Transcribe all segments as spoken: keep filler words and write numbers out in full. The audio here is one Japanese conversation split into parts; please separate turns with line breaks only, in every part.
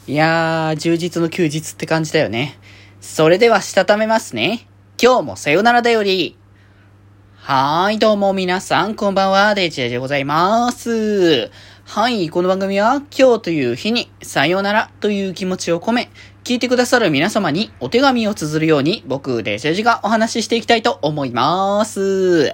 いやー、充実の休日って感じだよね。それではしたためますね。今日もさよならだより。はーい、どうも皆さん、こんばんは、デジェジでございます。はい、この番組は今日という日にさよならという気持ちを込め、聞いてくださる皆様にお手紙を綴るように僕、デジェジがお話ししていきたいと思います。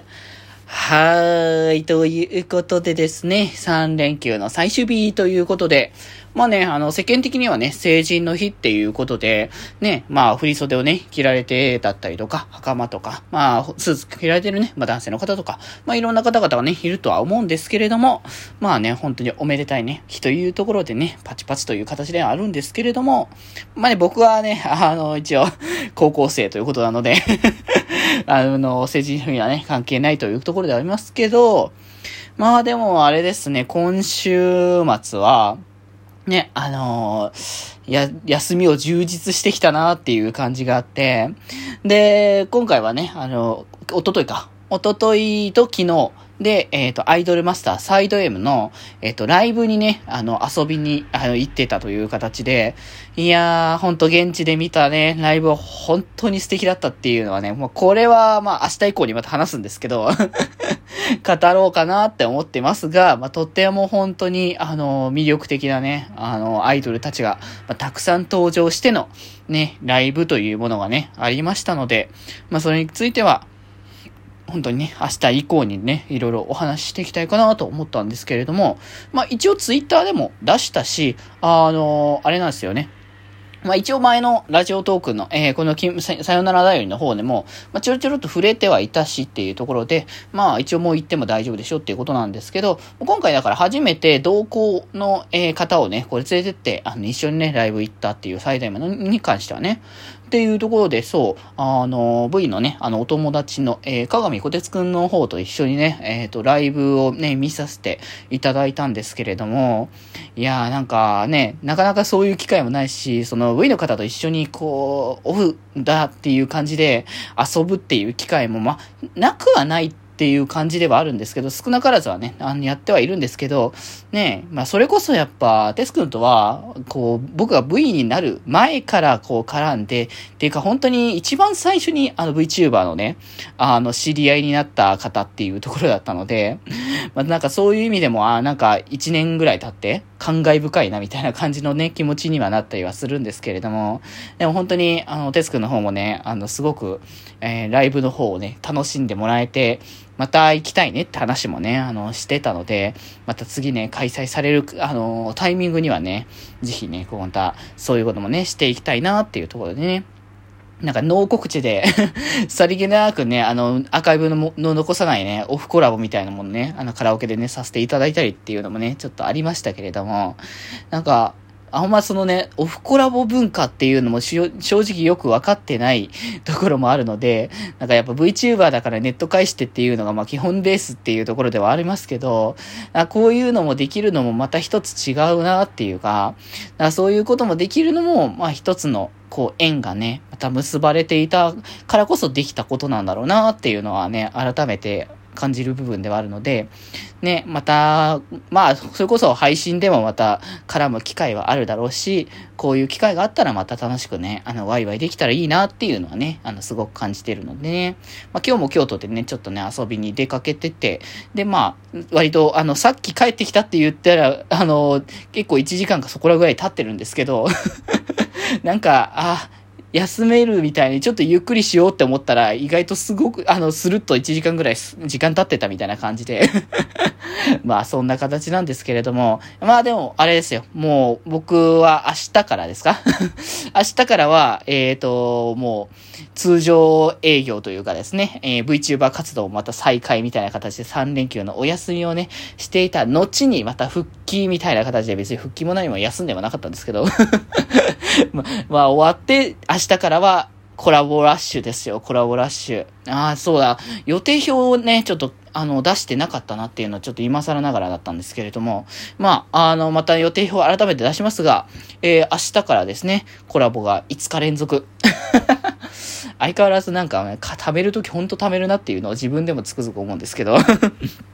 はーい。ということでですね、さん連休の最終日ということで、まあね、あの、世間的にはね、成人の日っていうことで、ね、まあ、振り袖をね、着られてだったりとか、袴とか、まあ、スーツ着られてるね、まあ男性の方とか、まあいろんな方々がね、いるとは思うんですけれども、まあね、本当におめでたいね、日というところでね、パチパチという形ではあるんですけれども、まあね、僕はね、あの、一応、高校生ということなので、あの、成人の日はね、関係ないというところではありますけど、まあでもあれですね、今週末は、ね、あのー、や、休みを充実してきたなっていう感じがあって、で、今回はね、あの、おとといか、おとといと昨日、で、えっと、アイドルマスターサイド M の、えっと、ライブにね、あの、遊びに、あの、行ってたという形で、いやー、ほんと現地で見たね、ライブは本当に素敵だったっていうのはね、もうこれは、まあ、明日以降にまた話すんですけど、語ろうかなって思ってますが、まあ、とっても本当に、あの、魅力的なね、あの、アイドルたちが、まあ、たくさん登場しての、ね、ライブというものがね、ありましたので、まあ、それについては、本当にね、明日以降にね、いろいろお話ししていきたいかなと思ったんですけれども、まあ一応ツイッターでも出したし、あのー、あれなんですよね。まあ一応前のラジオトークの、えー、このさ、さよならだよりの方でも、まあちょろちょろっと触れてはいたしっていうところで、まあ一応もう行っても大丈夫でしょっていうことなんですけど、今回だから初めて同行の、えー、方をね、これ連れてって、あの一緒にね、ライブ行ったっていう最大のに関してはね、っていうところで、そう、あの、V のね、あの、お友達の、えー、鏡小鉄くんの方と一緒にね、えっと、ライブをね、見させていただいたんですけれども、いやーなんかね、なかなかそういう機会もないし、その V の方と一緒にこう、オフだっていう感じで遊ぶっていう機会も、ま、なくはないっていう感じではあるんですけど、少なからずはね、あの、やってはいるんですけど、ね、まあ、それこそやっぱ、テス君とは、こう、僕が V になる前からこう絡んで、っていうか本当に一番最初にあの VTuber のね、あの、知り合いになった方っていうところだったので、まあ、なんかそういう意味でも、あなんか一年ぐらい経って、感慨深いなみたいな感じのね、気持ちにはなったりはするんですけれども、でも本当に、あの、テス君の方もね、あの、すごく、えー、ライブの方をね、楽しんでもらえて、また行きたいねって話もね、あの、してたので、また次ね、開催される、あの、タイミングにはね、ぜひね、こうまた、そういうこともね、していきたいなっていうところでね、なんか、ノー告知でさりげなくね、あの、アーカイブのもの残さないね、オフコラボみたいなものね、あの、カラオケでね、させていただいたりっていうのもね、ちょっとありましたけれども、なんか、あんまそのね、オフコラボ文化っていうのも正直よくわかってないところもあるので、なんかやっぱ VTuber だからネット返してっていうのがまあ基本ベースっていうところではありますけど、こういうのもできるのもまた一つ違うなっていうか、そういうこともできるのもまあ一つのこう縁がね、また結ばれていたからこそできたことなんだろうなっていうのはね、改めて感じる部分ではあるので、ね、また、まあ、それこそ配信でもまた絡む機会はあるだろうし、こういう機会があったらまた楽しくね、あの、ワイワイできたらいいなっていうのはね、あの、すごく感じてるのでね、まあ今日も京都でね、ちょっとね、遊びに出かけてて、で、まあ、割と、あの、さっき帰ってきたって言ったら、あの、結構いちじかんかそこらぐらい経ってるんですけど、なんか、あ、休めるみたいにちょっとゆっくりしようって思ったら意外とすごくあのスルッといちじかんぐらい時間経ってたみたいな感じでまあそんな形なんですけれども、まあでもあれですよ、もう僕は明日からですか明日からはえっともう通常営業というかですね、えー、VTuber 活動をまた再開みたいな形でさん連休のお休みをねしていた後にまた復帰みたいな形で、別に復帰も何も休んでもなかったんですけどま、まあ終わって明日からはコラボラッシュですよ、コラボラッシュ。ああ、そうだ。予定表をね、ちょっと、あの、出してなかったなっていうのはちょっと今更ながらだったんですけれども、まあ、あの、また予定表を改めて出しますが、えー、明日からですね、コラボがいつか連続。相変わらずなんか、ね、貯めるときほんと貯めるなっていうのを自分でもつくづく思うんですけど。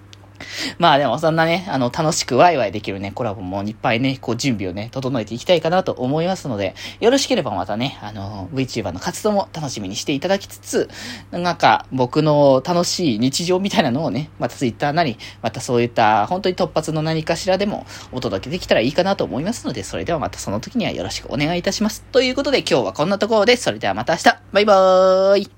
まあでもそんなね、あの、楽しくワイワイできるね、コラボもいっぱいね、こう準備をね、整えていきたいかなと思いますので、よろしければまたね、あの、VTuber の活動も楽しみにしていただきつつ、なんか、僕の楽しい日常みたいなのをね、また Twitter なり、またそういった本当に突発の何かしらでもお届けできたらいいかなと思いますので、それではまたその時にはよろしくお願いいたします。ということで今日はこんなところで、それではまた明日、バイバーイ。